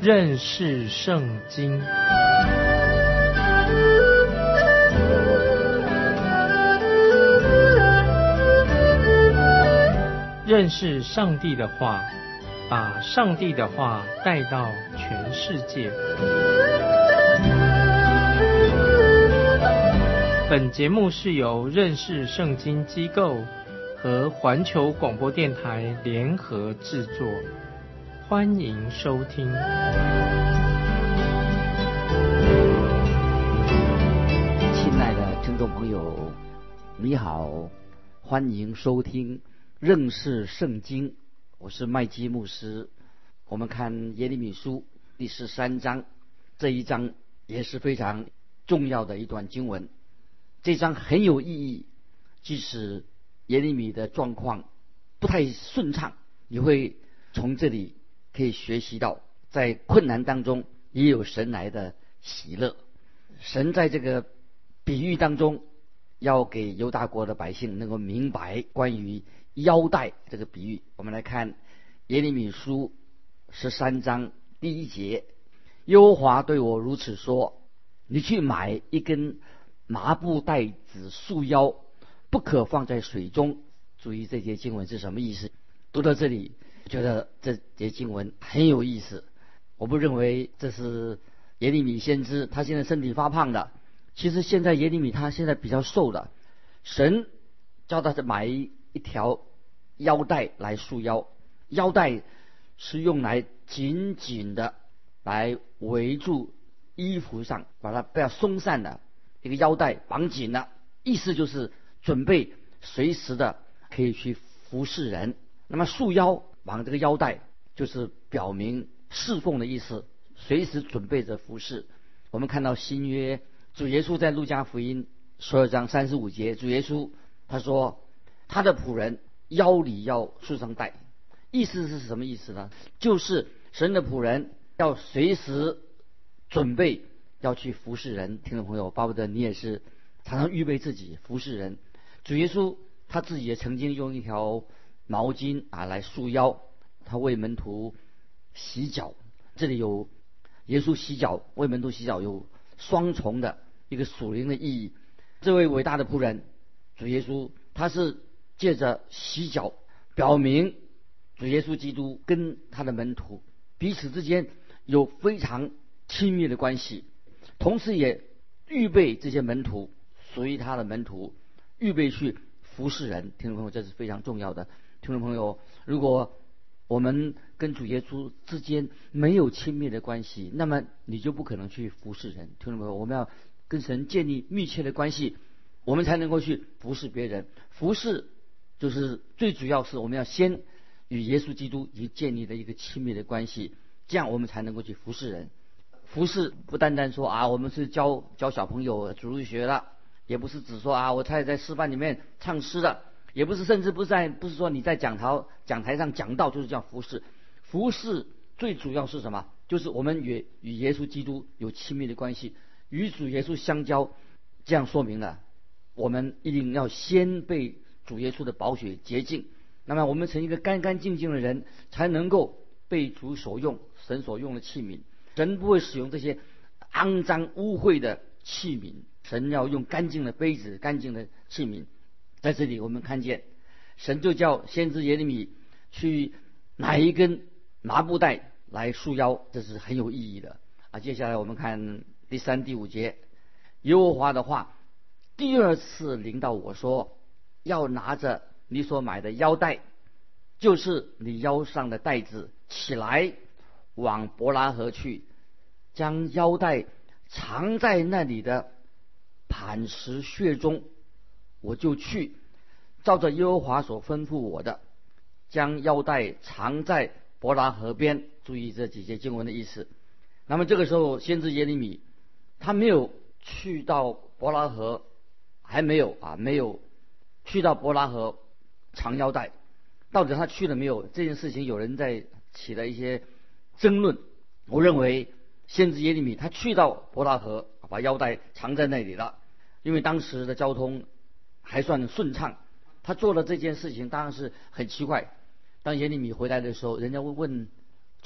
认识圣经。认识上帝的话，把上帝的话带到全世界。本节目是由认识圣经机构和环球广播电台联合制作，欢迎收听。 亲爱的听众朋友，你好，欢迎收听认识圣经，我是麦基牧师。我们看耶利米书第13章，这一章也是非常重要的一段经文。这章很有意义，即使耶利米的状况不太顺畅，你会从这里可以学习到，在困难当中也有神来的喜乐。神在这个比喻当中，要给犹大国的百姓能够明白关于腰带这个比喻。我们来看耶利米书13章第1节，耶和华对我如此说：你去买一根麻布带子束腰，不可放在水中。注意这节经文是什么意思？读到这里觉得这节经文很有意思。我不认为这是耶利米先知他现在身体发胖的，其实现在耶利米他现在比较瘦的。神叫他买一条腰带来束腰，腰带是用来紧紧的来围住衣服上，把它不要松散的一个腰带绑紧了，意思就是准备随时的可以去服侍人。那么束腰绑这个腰带就是表明侍奉的意思，随时准备着服侍。我们看到新约主耶稣在路加福音12章35节，主耶稣他说他的仆人腰里要束上带，意思是什么意思呢？就是神的仆人要随时准备要去服侍人。听众朋友，巴不得你也是常常预备自己服侍人。主耶稣他自己也曾经用一条毛巾来束腰，他为门徒洗脚。这里有耶稣洗脚，为门徒洗脚，有双重的一个属灵的意义。这位伟大的仆人主耶稣，他是借着洗脚表明主耶稣基督跟他的门徒彼此之间有非常亲密的关系，同时也预备这些门徒，属于他的门徒预备去服侍人。听众朋友，这是非常重要的。听众朋友，如果我们跟主耶稣之间没有亲密的关系，那么你就不可能去服侍人。听众朋友，我们要跟神建立密切的关系，我们才能够去服侍别人。服侍就是最主要是我们要先与耶稣基督已经建立了一个亲密的关系，这样我们才能够去服侍人。服侍不单单说我们是教小朋友主日学了，也不是只说我在师范里面唱诗的，也不是，甚至不是说你在讲台上讲道就是叫服侍。服侍最主要是什么？就是我们与耶稣基督有亲密的关系，与主耶稣相交。这样说明了我们一定要先被主耶稣的宝血洁净，那么我们成一个干干净净的人，才能够被主所用，神所用的器皿。神不会使用这些肮脏污秽的器皿，神要用干净的杯子，干净的器皿。在这里我们看见神就叫先知耶利米去拿一根麻布带来束腰，这是很有意义的接下来我们看第3、第5节，耶和华的话第2次临到我说，要拿着你所买的腰带，就是你腰上的带子，起来往伯拉河去，将腰带藏在那里的磐石穴中。我就去，照着耶和华所吩咐我的，将腰带藏在伯拉河边。注意这几节经文的意思。那么这个时候先知耶利米他没有去到伯拉河，还没有去到伯拉河藏腰带。到底他去了没有，这件事情有人在起了一些争论。我认为先知耶利米他去到伯拉河，把腰带藏在那里了，因为当时的交通还算顺畅。他做了这件事情当然是很奇怪。当耶利米回来的时候，人家会问，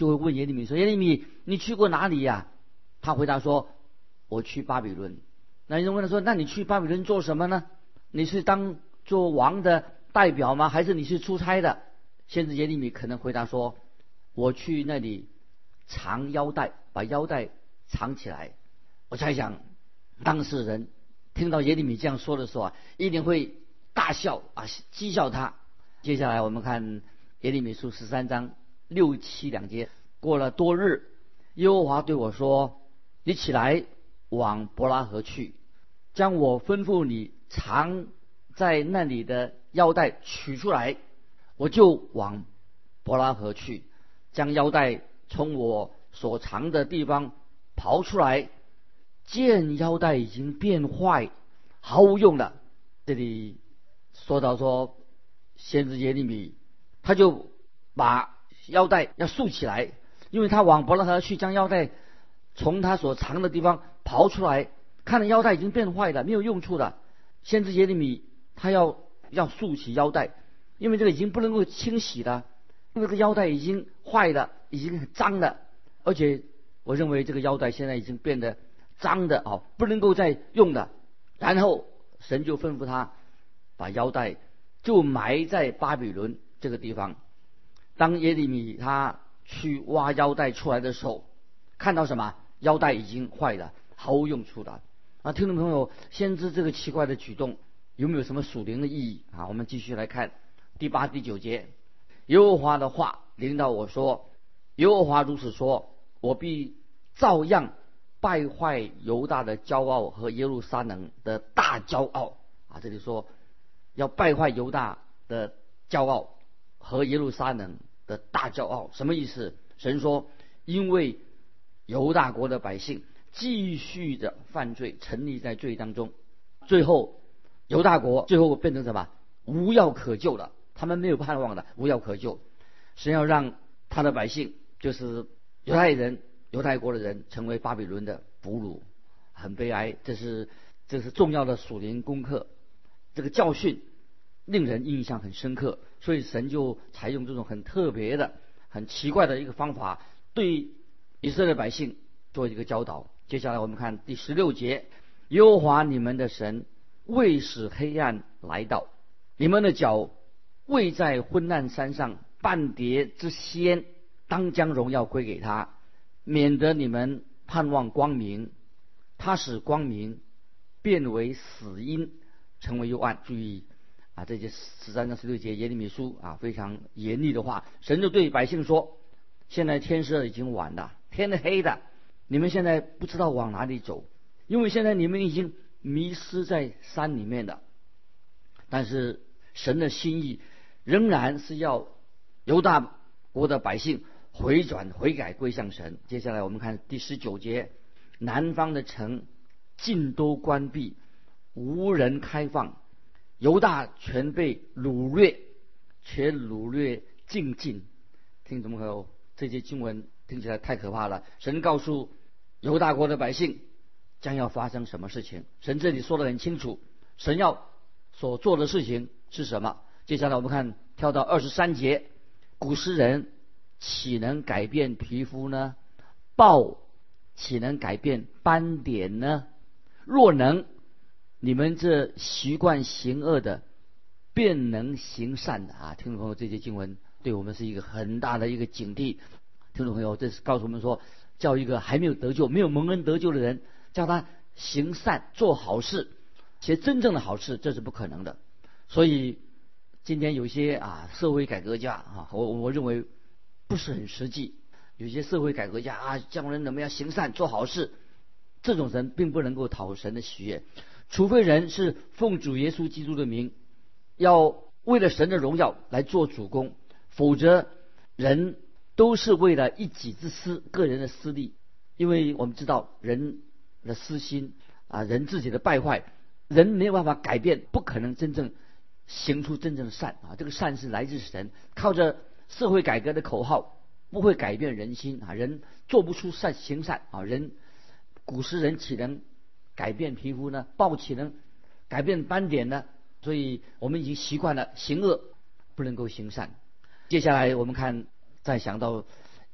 就会问耶利米说：耶利米，你去过哪里呀？他回答说：我去巴比伦。那人问他说：那你去巴比伦做什么呢？你是当做王的代表吗？还是你是出差的？先知耶利米可能回答说：我去那里藏腰带，把腰带藏起来。我猜想当事人听到耶利米这样说的时候啊，一定会大笑啊，讥笑他。接下来我们看耶利米书13章6、7两节。过了多日，耶和华对我说：你起来往伯拉河去，将我吩咐你藏在那里的腰带取出来。我就往伯拉河去，将腰带从我所藏的地方刨出来，见腰带已经变坏，毫无用了。这里说到说，先知耶利米他就把腰带要竖起来，因为他往伯拉河去，将腰带从他所藏的地方刨出来，看了腰带已经变坏了，没有用处了。先知耶利米他要竖起腰带，因为这个已经不能够清洗了，因为这个腰带已经坏了，已经很脏了，而且我认为这个腰带现在已经变得脏的啊，不能够再用了。然后神就吩咐他把腰带就埋在巴比伦这个地方。当耶利米他去挖腰带出来的时候，看到什么？腰带已经坏了，毫无用处了。啊，听众朋友，先知这个奇怪的举动有没有什么属灵的意义啊？我们继续来看第8、第9节。耶和华的话临到我说：耶和华如此说，我必照样败坏犹大的骄傲和耶路撒冷的大骄傲。啊，这里说要败坏犹大的骄傲和耶路撒冷的大骄傲，什么意思？神说，因为犹大国的百姓继续的犯罪，沉溺在罪当中，最后犹大国最后变成什么？无药可救了，他们没有盼望了，无药可救。神要让他的百姓，就是犹太人、犹太国的人，成为巴比伦的俘虏，很悲哀。这是重要的属灵功课，这个教训令人印象很深刻，所以神就采用这种很特别的、很奇怪的一个方法，对以色列百姓做一个教导。接下来我们看第16节：耶和华你们的神未使黑暗来到，你们的脚未在昏暗山上半跌之先，当将荣耀归给他，免得你们盼望光明，他使光明变为死荫，成为幽暗。注意啊，这些13章16节耶利米书啊非常严厉的话。神就对百姓说：现在天色已经晚了，天黑的，你们现在不知道往哪里走，因为现在你们已经迷失在山里面了。但是神的心意仍然是要犹大国的百姓回转悔改归向神。接下来我们看第19节：南方的城尽都关闭，无人开放，犹大全被掳掠，且掳掠尽尽。听众朋友，这些经文听起来太可怕了。神告诉犹大国的百姓将要发生什么事情，神这里说得很清楚，神要所做的事情是什么。接下来我们看跳到23节：古时人岂能改变皮肤呢？豹岂能改变斑点呢？若能，你们这习惯行恶的便能行善的啊！听众朋友，这些经文对我们是一个很大的一个警惕。听众朋友，这是告诉我们说，叫一个还没有得救、没有蒙恩得救的人，叫他行善做好事，其实真正的好事，这是不可能的。所以今天有些社会改革家我认为不是很实际。有些社会改革家叫人怎么样行善做好事，这种人并不能够讨神的喜悦，除非人是奉主耶稣基督的名，要为了神的荣耀来做主工，否则人都是为了一己之私，个人的私利。因为我们知道人的私心人自己的败坏，人没有办法改变，不可能真正行出真正的善这个善是来自神，靠着社会改革的口号不会改变人心人做不出行善人古时人岂能改变皮肤呢？豹岂能改变斑点呢？所以我们已经习惯了行恶不能够行善。接下来我们看，再想到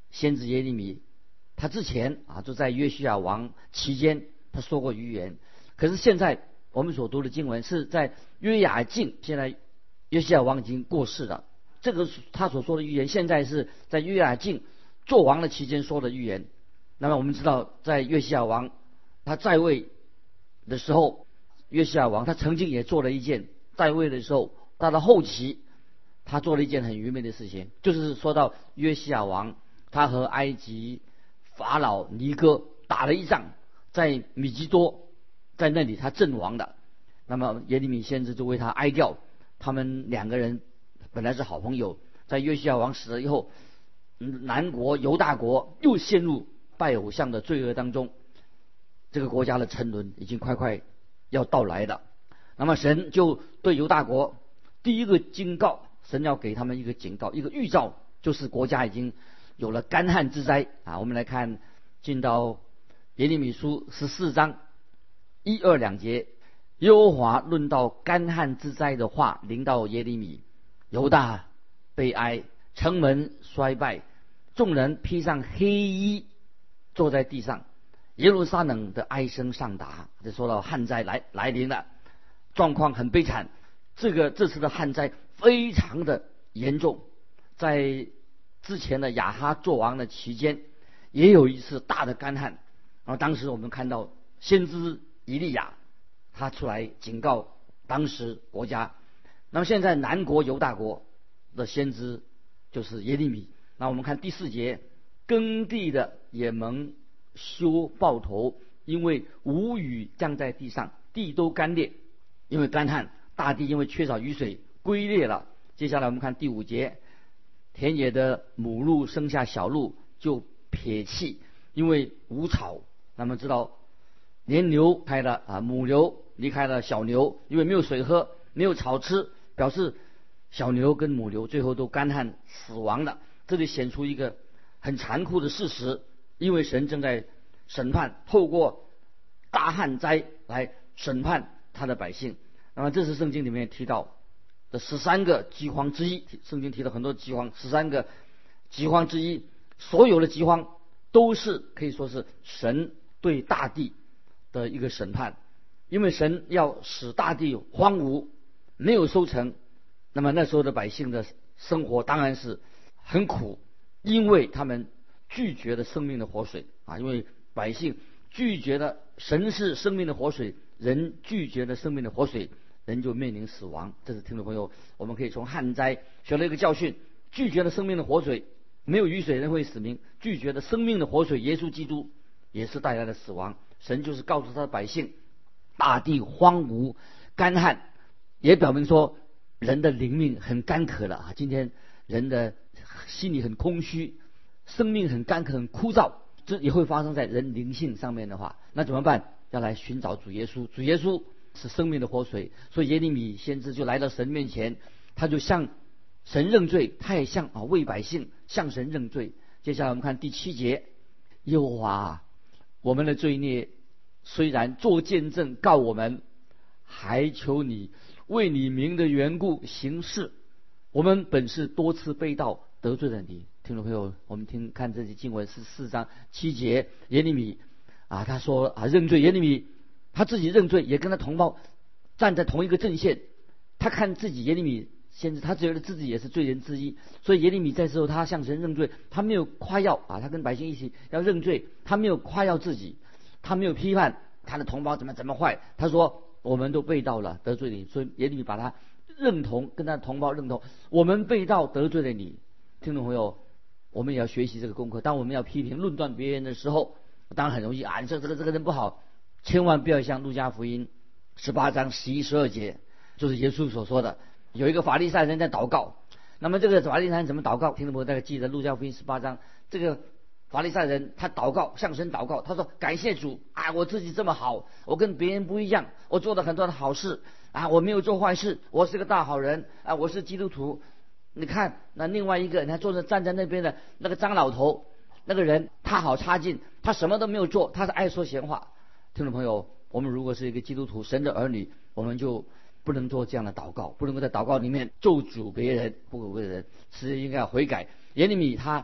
先知耶利米，他之前就在约西亚王期间他说过预言。可是现在我们所读的经文是在约雅敬，现在约西亚王已经过世了，这个他所说的预言现在是在约雅敬做王的期间说的预言。那么我们知道在约西亚王他在位的时候，约西亚王他曾经也做了一件，在位的时候到了后期他做了一件很愚昧的事情，就是说到约西亚王他和埃及法老尼哥打了一仗，在米基多，在那里他阵亡的。那么耶利米先知就为他哀悼，他们两个人本来是好朋友，在约西亚王死了以后，南国犹大国又陷入拜偶像的罪恶当中，这个国家的沉沦已经快要到来了。那么神就对犹大国第一个警告，神要给他们一个警告，一个预兆，就是国家已经有了干旱之灾我们来看，进到耶利米书14章1、2、2节，耶和华论到干旱之灾的话临到耶利米，犹大悲哀，城门衰败，众人披上黑衣坐在地上，耶路撒冷的哀声上达。就说到旱灾来临了，状况很悲惨。这次的旱灾非常的严重，在之前的亚哈作王的期间也有一次大的干旱，然后当时我们看到先知以利亚他出来警告当时国家。那么现在南国犹大国的先知就是耶利米。那我们看第4节，耕地的也蒙羞抱头，因为无雨降在地上，地都干裂，因为干旱，大地因为缺少雨水龟裂了。接下来我们看第5节，田野的母鹿生下小鹿就撇弃，因为无草。那么知道年牛开了母牛离开了小牛，因为没有水喝，没有草吃，表示小牛跟母牛最后都干旱死亡了。这里显出一个很残酷的事实，因为神正在审判，透过大旱灾来审判他的百姓。那么这是圣经里面提到的13个饥荒之一，圣经提到很多饥荒，13个饥荒之一，所有的饥荒都是可以说是神对大地的一个审判，因为神要使大地荒芜，没有收成。那么那时候的百姓的生活当然是很苦，因为他们拒绝了生命的活水因为百姓拒绝了神是生命的活水，人拒绝了生命的活水，人就面临死亡。这是听众朋友我们可以从旱灾学了一个教训，拒绝了生命的活水，没有雨水人会死命，拒绝了生命的活水耶稣基督也是带来了死亡。神就是告诉他的百姓，大地荒芜干旱，也表明说人的灵命很干渴了今天人的心里很空虚，生命很干渴很枯燥，这也会发生在人灵性上面的话，那怎么办？要来寻找主耶稣，主耶稣是生命的活水。所以耶利米先知就来到神面前，他就向神认罪，他也向为百姓向神认罪。接下来我们看第7节，耶和华我们的罪孽虽然做见证告我们，还求你为你名的缘故行事。我们本是多次背道得罪了你。听众朋友，我们看这些经文是4章7节，耶利米他说认罪。耶利米他自己认罪，也跟他同胞站在同一个阵线。他看自己耶利米先知，他觉得自己也是罪人之一，所以耶利米在时候他向神认罪，他没有夸耀他跟百姓一起要认罪，他没有夸耀自己，他没有批判他的同胞怎么坏，他说我们都背道了得罪你。所以耶利米把他认同，跟他的同胞认同，我们背道得罪了你。听众朋友，我们也要学习这个功课。当我们要批评论断别人的时候，当然很容易你说这个人不好，千万不要像路加福音18章11、12节，就是耶稣所说的，有一个法利赛人在祷告。那么这个法利赛人怎么祷告？听众朋友大概记得路加福音18章，这个法利赛人他祷告，向神祷告，他说感谢主我自己这么好，我跟别人不一样，我做了很多的好事我没有做坏事，我是个大好人我是基督徒。你看那另外一个他站在那边的那个张老头，那个人他好差劲，他什么都没有做，他是爱说闲话。听众朋友，我们如果是一个基督徒神的儿女，我们就不能做这样的祷告，不能够在祷告里面咒诅别人，不可为人，是应该要悔改。耶利米他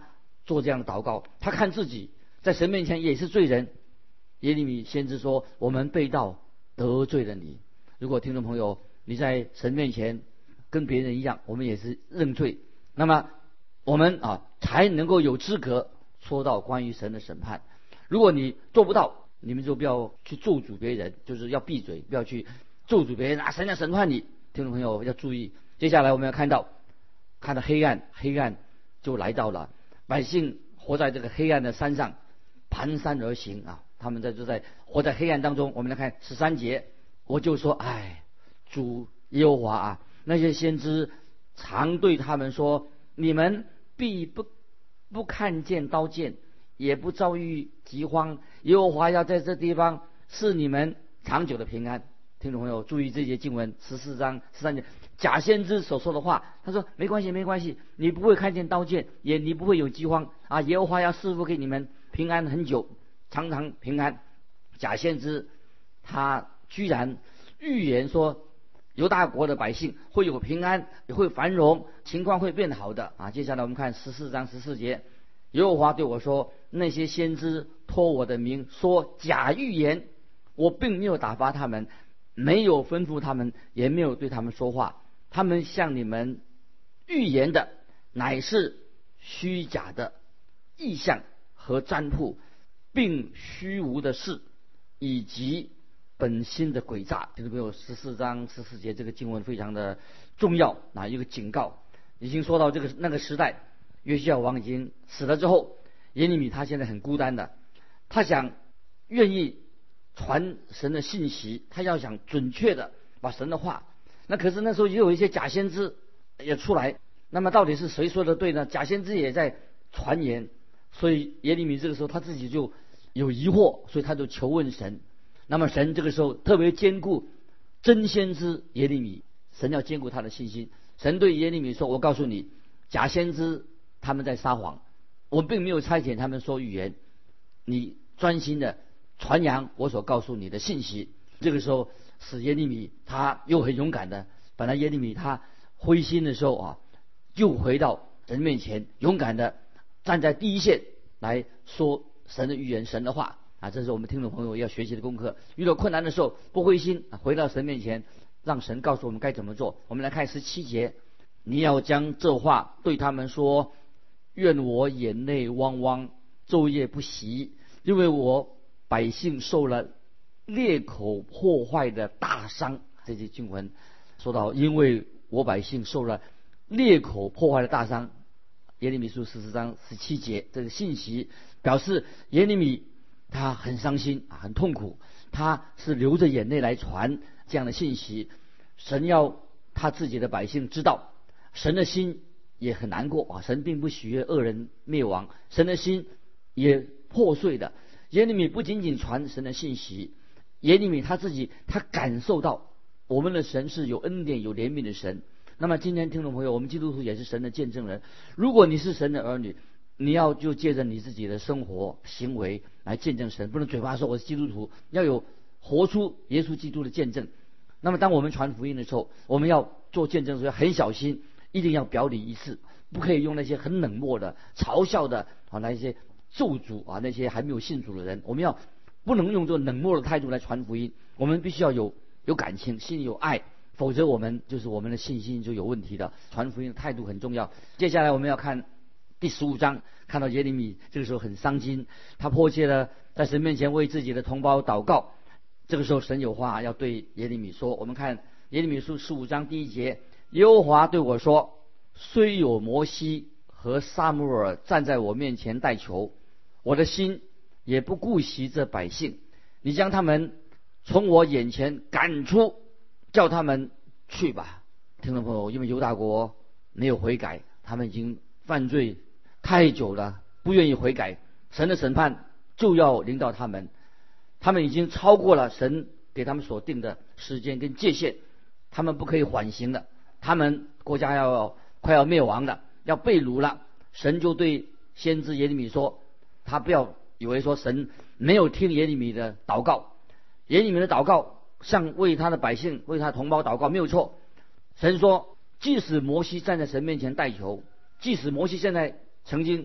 做这样的祷告，他看自己在神面前也是罪人。耶利米先知说：我们背道得罪了你。如果听众朋友你在神面前跟别人一样，我们也是认罪，那么我们才能够有资格说到关于神的审判。如果你做不到，你们就不要去咒诅别人，就是要闭嘴，不要去咒诅别人神要审判你。听众朋友要注意，接下来我们要看到黑暗就来到了，百姓活在这个黑暗的山上，蹒跚而行他们就在活在黑暗当中。我们来看13节，我就说：主耶和华那些先知常对他们说：你们必不看见刀剑，也不遭遇饥荒。耶和华要在这地方是你们长久的平安。听众朋友注意这节经文14章13节，假先知所说的话，他说没关系，你不会看见刀剑，你不会有饥荒耶和华要赐福给你们平安很久，常常平安。假先知他居然预言说犹大国的百姓会有平安，也会繁荣，情况会变好的接下来我们看14章14节，耶和华对我说：那些先知托我的名说假预言，我并没有打发他们，没有吩咐他们，也没有对他们说话。他们向你们预言的乃是虚假的意象和占卜，并虚无的事，以及本心的诡诈。听众朋友，14章14节这个经文非常的重要一个警告。已经说到那个时代，约西亚王已经死了之后，耶利米他现在很孤单的，他愿意传神的信息，他要想准确的把神的话。那可是那时候也有一些假先知也出来，那么到底是谁说的对呢？假先知也在传言，所以耶利米这个时候他自己就有疑惑，所以他就求问神。那么神这个时候特别兼顾真先知耶利米，神要兼顾他的信心。神对耶利米说：我告诉你，假先知他们在撒谎，我并没有差遣他们说预言，你专心的传扬我所告诉你的信息。这个时候使耶利米他又很勇敢的，本来耶利米他灰心的时候又回到神面前，勇敢的站在第一线来说神的预言，神的话这是我们听众朋友要学习的功课。遇到困难的时候不灰心回到神面前，让神告诉我们该怎么做。我们来看17节，你要将这话对他们说：愿我眼泪汪汪，昼夜不息，因为我百姓受了裂口破坏的大伤。这些经文说到，因为我百姓受了裂口破坏的大伤。耶利米书14章17节，这个信息表示耶利米他很伤心很痛苦，他是流着眼泪来传这样的信息。神要他自己的百姓知道，神的心也很难过神并不喜悦恶人灭亡，神的心也破碎的。耶利米不仅仅传神的信息，耶利米他自己他感受到我们的神是有恩典有怜悯的神。那么今天听众朋友，我们基督徒也是神的见证人。如果你是神的儿女，你要就借着你自己的生活行为来见证神，不能嘴巴说我是基督徒，要有活出耶稣基督的见证。那么当我们传福音的时候，我们要做见证的时候很小心，一定要表里一致，不可以用那些很冷漠的嘲笑的那些咒诅那些还没有信主的人，我们不能用这种冷漠的态度来传福音。我们必须要有感情，心里有爱，否则我们的信心就有问题的。传福音的态度很重要。接下来我们要看第15章，看到耶利米这个时候很伤心，他迫切的在神面前为自己的同胞祷告。这个时候神有话要对耶利米说。我们看耶利米书15章第1节，耶和华对我说：虽有摩西和撒母耳站在我面前代求，我的心也不顾惜这百姓，你将他们从我眼前赶出，叫他们去吧。听众朋友，因为犹大国没有悔改，他们已经犯罪太久了，不愿意悔改，神的审判就要临到他们。他们已经超过了神给他们所定的时间跟界限，他们不可以缓刑的，他们国家快要灭亡了，要被掳了。神就对先知耶利米说，他不要以为说神没有听耶利米的祷告，耶利米的祷告像为他的百姓为他的同胞祷告没有错。神说，即使摩西站在神面前代求，即使摩西现在曾经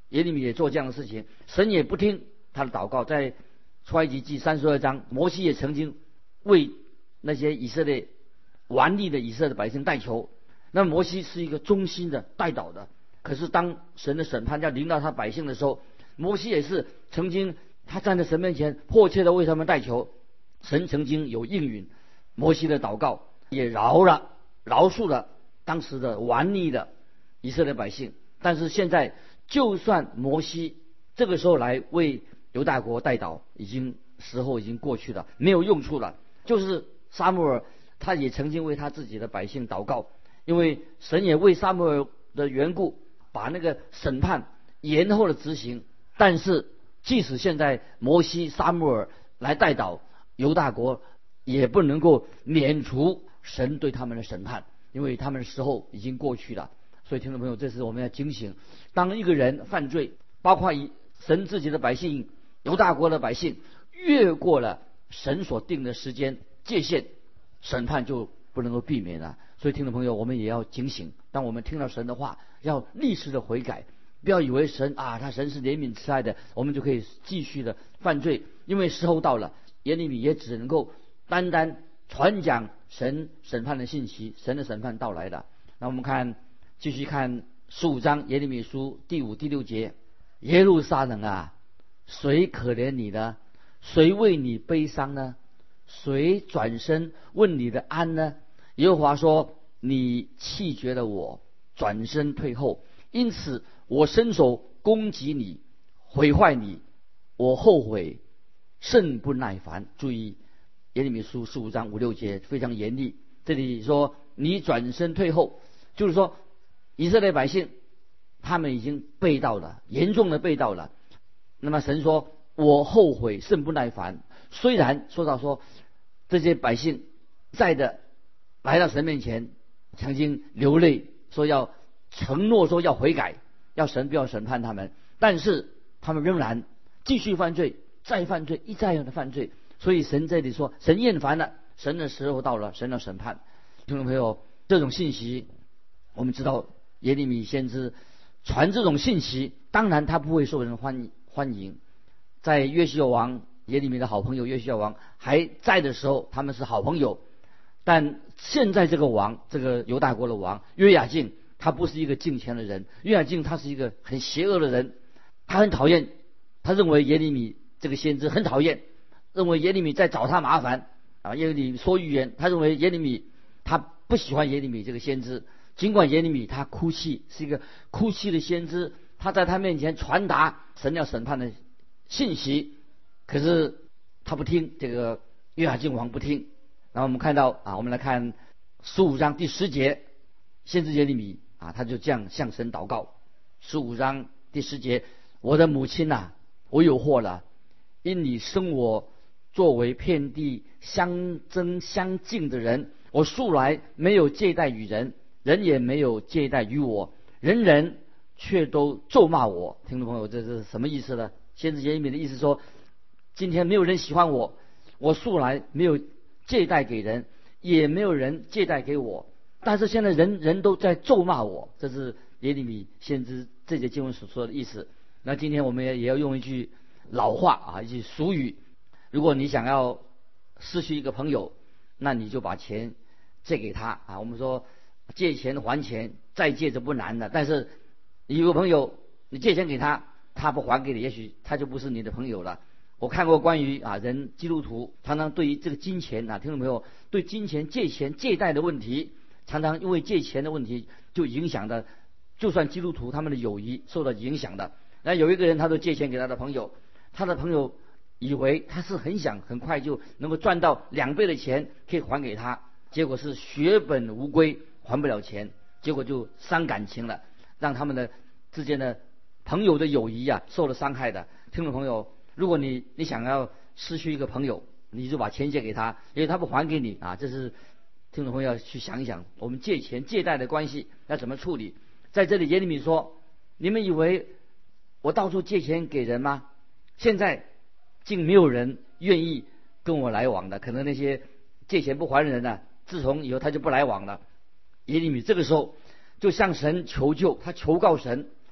耶利米也做这样的事情，神也不听他的祷告。在出埃及记32章，摩西也曾经为那些以色列顽逆的以色列百姓代求。那摩西是一个忠心的代祷的，可是当神的审判要临到他百姓的时候，摩西也是曾经他站在神面前迫切的为他们代求，神曾经有应允摩西的祷告，也饶恕了当时的顽逆的以色列百姓。但是现在就算摩西这个时候来为犹大国代祷，时候已经过去了，没有用处了。就是撒母耳他也曾经为他自己的百姓祷告，因为神也为撒母耳的缘故把那个审判延后了执行。但是即使现在摩西撒母耳来代祷，犹大国也不能够免除神对他们的审判，因为他们的时候已经过去了。所以听众朋友，这是我们要警醒，当一个人犯罪，包括神自己的百姓犹大国的百姓越过了神所定的时间界限，审判就不能够避免了。所以听众朋友，我们也要警醒，当我们听到神的话，要立时的悔改，不要以为神是怜悯慈爱的，我们就可以继续的犯罪。因为时候到了，耶利米也只能够单单传讲神审判的信息，神的审判到来了。那我们继续看15章耶利米书第5、第6节：耶路撒冷啊，谁可怜你呢？谁为你悲伤呢？谁转身问你的安呢？耶和华说：你弃绝了我，转身退后，因此我伸手攻击你，毁坏你，我后悔，甚不耐烦。注意，耶利米书15章5、6节非常严厉。这里说你转身退后，就是说以色列百姓他们已经背道了，严重的背道了。那么神说我后悔，甚不耐烦。虽然说到说这些百姓在的来到神面前，曾经流泪说要承诺说要悔改，要神不要审判他们，但是他们仍然继续犯罪，再犯罪，一再的犯罪。所以神这里说神厌烦了，神的时候到了，神要审判。听众朋友，这种信息我们知道，耶利米先知传这种信息，当然他不会受人欢迎。在约西亚王耶利米的好朋友约西亚王还在的时候，他们是好朋友。但现在这个王，这个犹大国的王约雅敬，他不是一个敬虔的人。约雅敬他是一个很邪恶的人，他很讨厌，他认为耶利米这个先知很讨厌，认为耶利米在找他麻烦耶利米说预言，他认为耶利米他不喜欢耶利米这个先知。尽管耶利米他哭泣，是一个哭泣的先知，他在他面前传达神要审判的信息，可是他不听，这个约雅敬王不听。然后我们看到我们来看15章第10节，先知耶利米他就这样向神祷告。15章第10节：我的母亲我有祸了，因你生我作为遍地相争相竞的人，我素来没有借贷与人，人也没有借贷于我，人人却都咒骂我。听众朋友，这是什么意思呢？先知耶利米的意思说，今天没有人喜欢我，我素来没有借贷给人，也没有人借贷给我，但是现在人都在咒骂我。这是耶利米先知这节经文所说的意思。那今天我们也要用一句老话一句俗语：如果你想要失去一个朋友，那你就把钱借给他我们说借钱还钱，再借着不难的。但是你有个朋友，你借钱给他，他不还给你，也许他就不是你的朋友了。我看过关于基督徒常常对于这个金钱听众朋友，对金钱借钱借贷的问题，常常因为借钱的问题就影响的，就算基督徒他们的友谊受到影响的。那有一个人他都借钱给他的朋友，他的朋友以为他是很快就能够赚到2倍的钱可以还给他，结果是血本无归，还不了钱，结果就伤感情了，让他们的之间的朋友的友谊受了伤害的。听众朋友，如果你想要失去一个朋友，你就把钱借给他，因为他不还给你这是听众朋友要去想一想，我们借钱借贷的关系要怎么处理。在这里耶利米说，你们以为我到处借钱给人吗？现在竟没有人愿意跟我来往的，可能那些借钱不还的人自从以后他就不来往了。耶利米这个时候就向神求救，他求告神，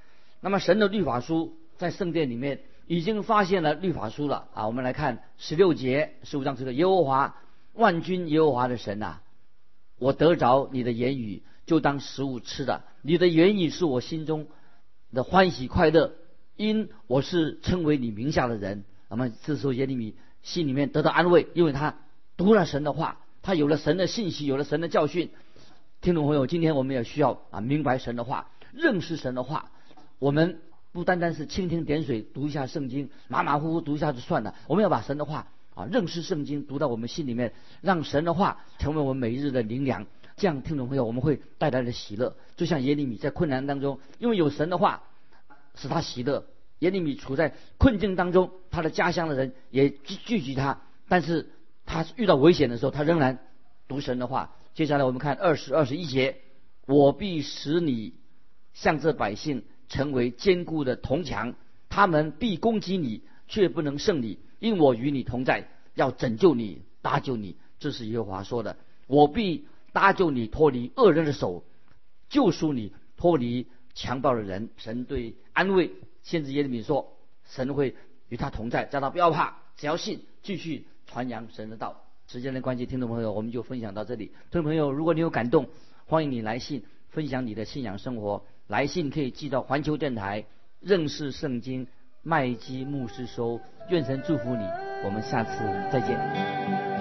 那么神的律法书在圣殿里面已经发现了律法书了啊。我们来看16节15章这个耶和华万军耶和华的神啊，我得着你的言语，就当食物吃的。你的言语是我心中的欢喜快乐，因我是称为你名下的人。那么这时候耶利米心里面得到安慰，因为他读了神的话，他有了神的信息，有了神的教训。听众朋友，今天我们也需要明白神的话，认识神的话。我们不单单是蜻蜓点水读一下圣经，马马虎虎读一下就算了，我们要把神的话认识圣经，读到我们心里面，让神的话成为我们每日的灵粮。这样听众朋友，我们会带来的喜乐，就像耶利米在困难当中，因为有神的话使他喜乐。耶利米处在困境当中，他的家乡的人也聚集他，但是他遇到危险的时候，他仍然读神的话。接下来我们看20、21节，我必使你像这百姓成为坚固的铜墙，他们必攻击你，却不能胜你，因我与你同在，要拯救你，搭救你。这是耶和华说的，我必搭救你，脱离恶人的手，救赎你，脱离强暴的人。神对安慰先知耶利米说，神会与他同在，叫他不要怕，只要信，继续传扬神的道。时间的关系，听众朋友，我们就分享到这里。听众朋友，如果你有感动，欢迎你来信分享你的信仰生活。来信可以寄到环球电台认识圣经麦基牧师收。愿神祝福你，我们下次再见。